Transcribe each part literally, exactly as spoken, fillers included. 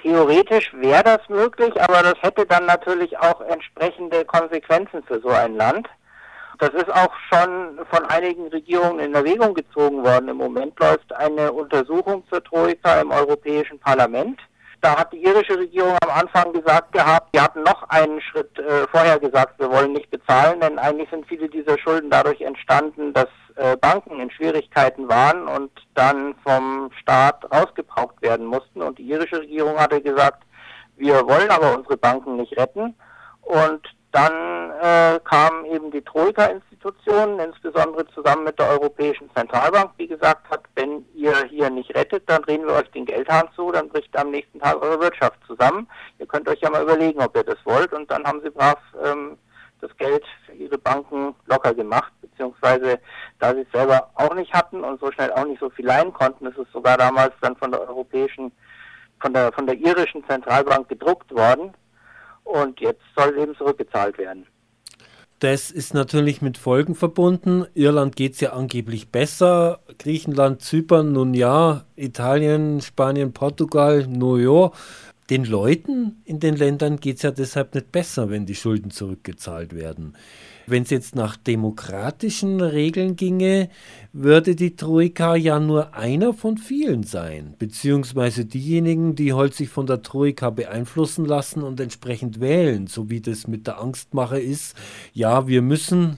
Theoretisch wäre das möglich, aber das hätte dann natürlich auch entsprechende Konsequenzen für so ein Land. Das ist auch schon von einigen Regierungen in Erwägung gezogen worden. Im Moment läuft eine Untersuchung zur Troika im Europäischen Parlament. Da hat die irische Regierung am Anfang gesagt gehabt, wir hatten noch einen Schritt äh, vorher gesagt, wir wollen nicht bezahlen, denn eigentlich sind viele dieser Schulden dadurch entstanden, dass äh, Banken in Schwierigkeiten waren und dann vom Staat rausgebraucht werden mussten. Und die irische Regierung hatte gesagt, wir wollen aber unsere Banken nicht retten. Und dann äh, kamen eben die Troika-Institutionen, insbesondere zusammen mit der Europäischen Zentralbank, die gesagt hat, wenn ihr hier nicht rettet, dann drehen wir euch den Geldhahn zu, dann bricht am nächsten Tag eure Wirtschaft zusammen. Ihr könnt euch ja mal überlegen, ob ihr das wollt. Und dann haben sie brav ähm, das Geld für ihre Banken locker gemacht, beziehungsweise da sie es selber auch nicht hatten und so schnell auch nicht so viel leihen konnten, ist es sogar damals dann von der europäischen, von der, von der irischen Zentralbank gedruckt worden. Und jetzt soll eben zurückgezahlt werden. Das ist natürlich mit Folgen verbunden. Irland geht es ja angeblich besser. Griechenland, Zypern, nun ja. Italien, Spanien, Portugal, nun ja. Den Leuten in den Ländern geht es ja deshalb nicht besser, wenn die Schulden zurückgezahlt werden. Wenn es jetzt nach demokratischen Regeln ginge, würde die Troika ja nur einer von vielen sein, beziehungsweise diejenigen, die halt sich von der Troika beeinflussen lassen und entsprechend wählen, so wie das mit der Angstmache ist. Ja, wir müssen,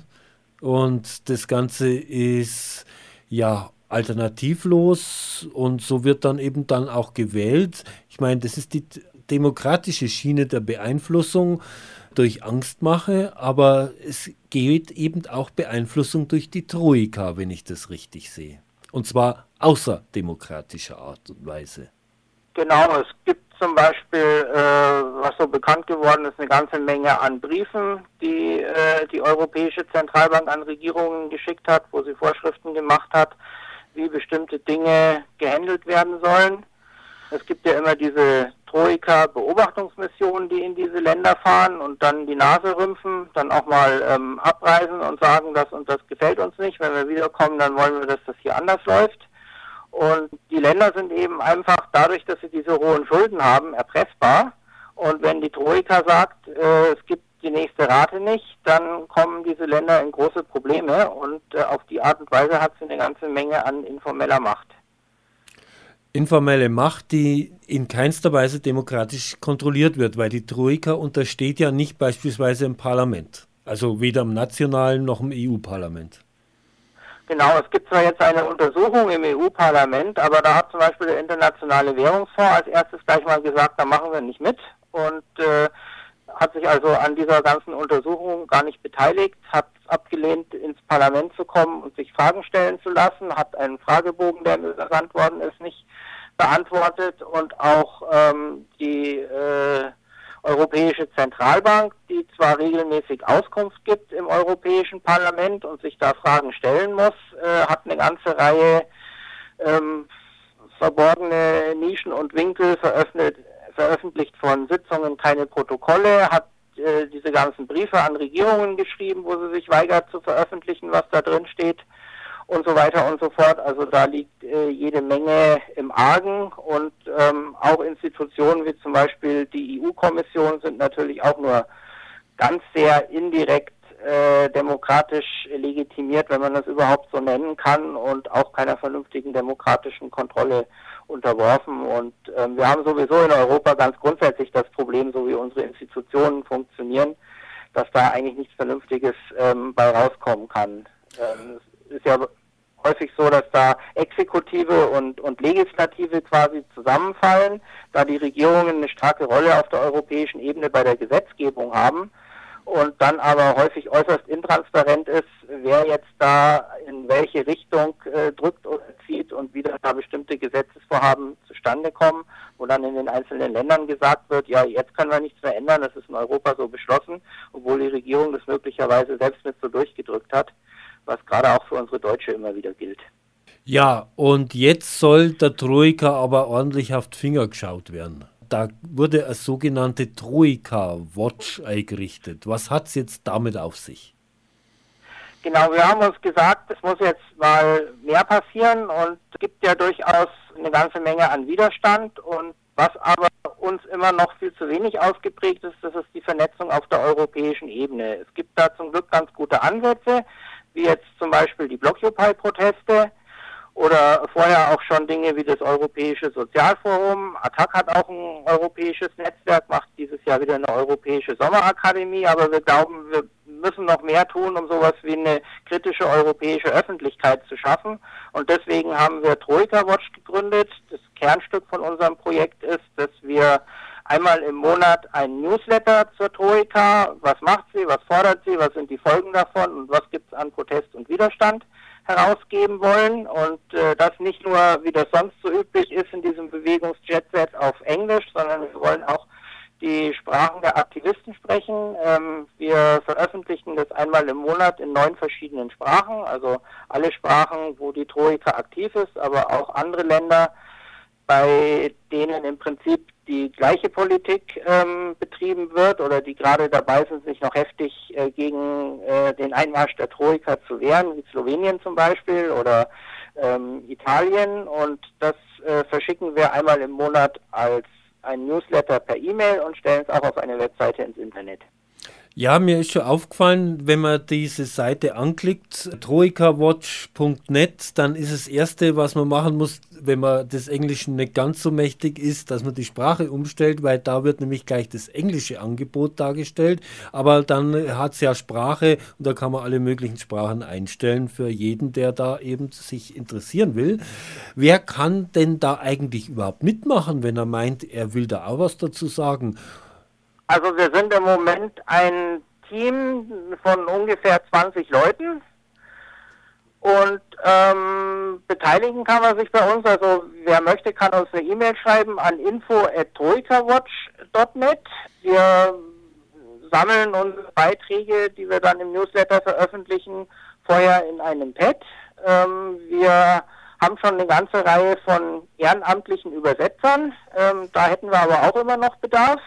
und das Ganze ist ja alternativlos und so wird dann eben dann auch gewählt. Ich meine, das ist die demokratische Schiene der Beeinflussung durch Angstmache, aber es geht eben auch Beeinflussung durch die Troika, wenn ich das richtig sehe. Und zwar außerdemokratischer Art und Weise. Genau, es gibt zum Beispiel, äh, was so bekannt geworden ist, eine ganze Menge an Briefen, die äh, die Europäische Zentralbank an Regierungen geschickt hat, wo sie Vorschriften gemacht hat, wie bestimmte Dinge gehandelt werden sollen. Es gibt ja immer diese Troika-Beobachtungsmissionen, die in diese Länder fahren und dann die Nase rümpfen, dann auch mal ähm, abreisen und sagen, das und das gefällt uns nicht. Wenn wir wiederkommen, dann wollen wir, dass das hier anders läuft. Und die Länder sind eben einfach dadurch, dass sie diese hohen Schulden haben, erpressbar. Und wenn die Troika sagt, äh, es gibt die nächste Rate nicht, dann kommen diese Länder in große Probleme und äh, auf die Art und Weise hat sie eine ganze Menge an informeller Macht. Informelle Macht, die in keinster Weise demokratisch kontrolliert wird, weil die Troika untersteht ja nicht beispielsweise im Parlament, also weder im nationalen noch im E U-Parlament. Genau, es gibt zwar jetzt eine Untersuchung im E U-Parlament, aber da hat zum Beispiel der Internationale Währungsfonds als erstes gleich mal gesagt, da machen wir nicht mit und äh, hat sich also an dieser ganzen Untersuchung gar nicht beteiligt, hat abgelehnt, ins Parlament zu kommen und sich Fragen stellen zu lassen, hat einen Fragebogen, der übersandt worden ist, nicht beantwortet und auch ähm, die äh, Europäische Zentralbank, die zwar regelmäßig Auskunft gibt im Europäischen Parlament und sich da Fragen stellen muss, äh, hat eine ganze Reihe ähm, verborgene Nischen und Winkel veröffentlicht, veröffentlicht von Sitzungen, keine Protokolle, hat äh, diese ganzen Briefe an Regierungen geschrieben, wo sie sich weigert zu veröffentlichen, was da drin steht und so weiter und so fort. Also da liegt äh, jede Menge im Argen und ähm, auch Institutionen wie zum Beispiel die E U-Kommission sind natürlich auch nur ganz sehr indirekt äh, demokratisch legitimiert, wenn man das überhaupt so nennen kann und auch keiner vernünftigen demokratischen Kontrolle unterworfen. Und ähm, wir haben sowieso in Europa ganz grundsätzlich das Problem, so wie unsere Institutionen funktionieren, dass da eigentlich nichts Vernünftiges ähm, bei rauskommen kann. Ähm, es ist ja häufig so, dass da Exekutive und, und Legislative quasi zusammenfallen, da die Regierungen eine starke Rolle auf der europäischen Ebene bei der Gesetzgebung haben und dann aber häufig äußerst intransparent ist, wer jetzt da in welche Richtung äh, drückt oder zieht und wie da bestimmte Gesetzesvorhaben zustande kommen, wo dann in den einzelnen Ländern gesagt wird, ja, jetzt können wir nichts mehr ändern, das ist in Europa so beschlossen, obwohl die Regierung das möglicherweise selbst mit so durchgedrückt hat, was gerade auch für unsere Deutsche immer wieder gilt. Ja, und jetzt soll der Troika aber ordentlich auf die Finger geschaut werden. Da wurde eine sogenannte Troika-Watch eingerichtet. Was hat es jetzt damit auf sich? Genau, wir haben uns gesagt, es muss jetzt mal mehr passieren und es gibt ja durchaus eine ganze Menge an Widerstand. Und was aber uns immer noch viel zu wenig ausgeprägt ist, das ist die Vernetzung auf der europäischen Ebene. Es gibt da zum Glück ganz gute Ansätze, wie jetzt zum Beispiel die Blockupy-Proteste oder vorher auch schon Dinge wie das Europäische Sozialforum. A T A C hat auch ein europäisches Netzwerk, macht dieses Jahr wieder eine europäische Sommerakademie, aber wir glauben, wir müssen noch mehr tun, um sowas wie eine kritische europäische Öffentlichkeit zu schaffen. Und deswegen haben wir Troika Watch gegründet. Das Kernstück von unserem Projekt ist, dass wir einmal im Monat ein Newsletter zur Troika, was macht sie, was fordert sie, was sind die Folgen davon und was gibt es an Protest und Widerstand, herausgeben wollen. Und äh, das nicht nur, wie das sonst so üblich ist in diesem Bewegungs-Jet-Set auf Englisch, sondern wir wollen auch die Sprachen der Aktivisten sprechen. Ähm, wir veröffentlichen das einmal im Monat in neun verschiedenen Sprachen, also alle Sprachen, wo die Troika aktiv ist, aber auch andere Länder, bei denen im Prinzip die gleiche Politik ähm, betrieben wird oder die gerade dabei sind, sich noch heftig äh, gegen äh, den Einmarsch der Troika zu wehren, wie Slowenien zum Beispiel oder ähm, Italien. Und das äh, verschicken wir einmal im Monat als ein Newsletter per E-Mail und stellen es auch auf eine Webseite ins Internet. Ja, mir ist schon aufgefallen, wenn man diese Seite anklickt, troika watch punkt net, dann ist das Erste, was man machen muss, wenn man des Englischen nicht ganz so mächtig ist, dass man die Sprache umstellt, weil da wird nämlich gleich das englische Angebot dargestellt, aber dann hat es ja Sprache und da kann man alle möglichen Sprachen einstellen für jeden, der da eben sich interessieren will. Wer kann denn da eigentlich überhaupt mitmachen, wenn er meint, er will da auch was dazu sagen? Also wir sind im Moment ein Team von ungefähr zwanzig Leuten und ähm, beteiligen kann man sich bei uns. Also wer möchte, kann uns eine E-Mail schreiben an info at troikawatch punkt net. Wir sammeln unsere Beiträge, die wir dann im Newsletter veröffentlichen, vorher in einem Pad. Ähm, wir haben schon eine ganze Reihe von ehrenamtlichen Übersetzern. Ähm, da hätten wir aber auch immer noch Bedarf.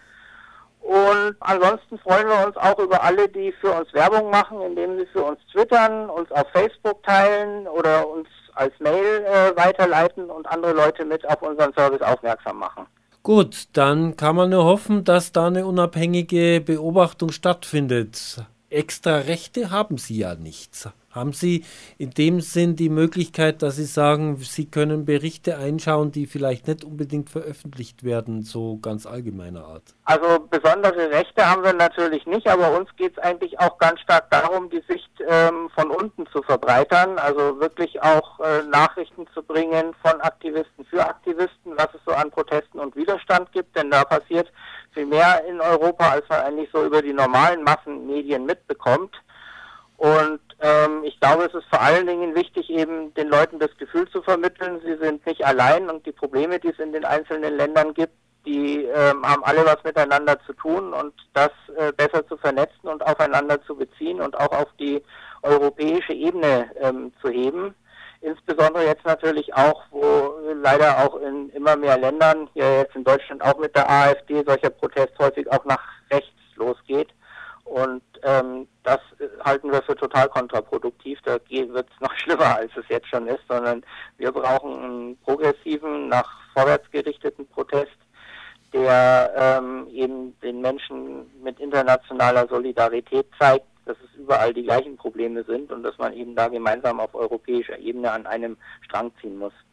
Und ansonsten freuen wir uns auch über alle, die für uns Werbung machen, indem sie für uns twittern, uns auf Facebook teilen oder uns als Mail äh, weiterleiten und andere Leute mit auf unseren Service aufmerksam machen. Gut, dann kann man nur hoffen, dass da eine unabhängige Beobachtung stattfindet. Extra Rechte haben Sie ja nicht. Haben Sie in dem Sinn die Möglichkeit, dass Sie sagen, Sie können Berichte einschauen, die vielleicht nicht unbedingt veröffentlicht werden, so ganz allgemeiner Art? Also besondere Rechte haben wir natürlich nicht, aber uns geht es eigentlich auch ganz stark darum, die Sicht ähm, von unten zu verbreitern, also wirklich auch äh, Nachrichten zu bringen von Aktivisten für Aktivisten, was es so an Protesten und Widerstand gibt, denn da passiert viel mehr in Europa, als man eigentlich so über die normalen Massenmedien mitbekommt. Und ähm, ich glaube, es ist vor allen Dingen wichtig, eben den Leuten das Gefühl zu vermitteln, sie sind nicht allein und die Probleme, die es in den einzelnen Ländern gibt, die ähm, haben alle was miteinander zu tun und das äh, besser zu vernetzen und aufeinander zu beziehen und auch auf die europäische Ebene ähm, zu heben. Insbesondere jetzt natürlich auch, wo leider auch in immer mehr Ländern, hier jetzt in Deutschland auch mit der AfD, solcher Protest häufig auch nach rechts losgeht. Und ähm, das halten wir für total kontraproduktiv. Da wird es noch schlimmer, als es jetzt schon ist, sondern wir brauchen einen progressiven, nach vorwärts gerichteten Protest, der ähm, eben den Menschen mit internationaler Solidarität zeigt, dass es überall die gleichen Probleme sind und dass man eben da gemeinsam auf europäischer Ebene an einem Strang ziehen muss.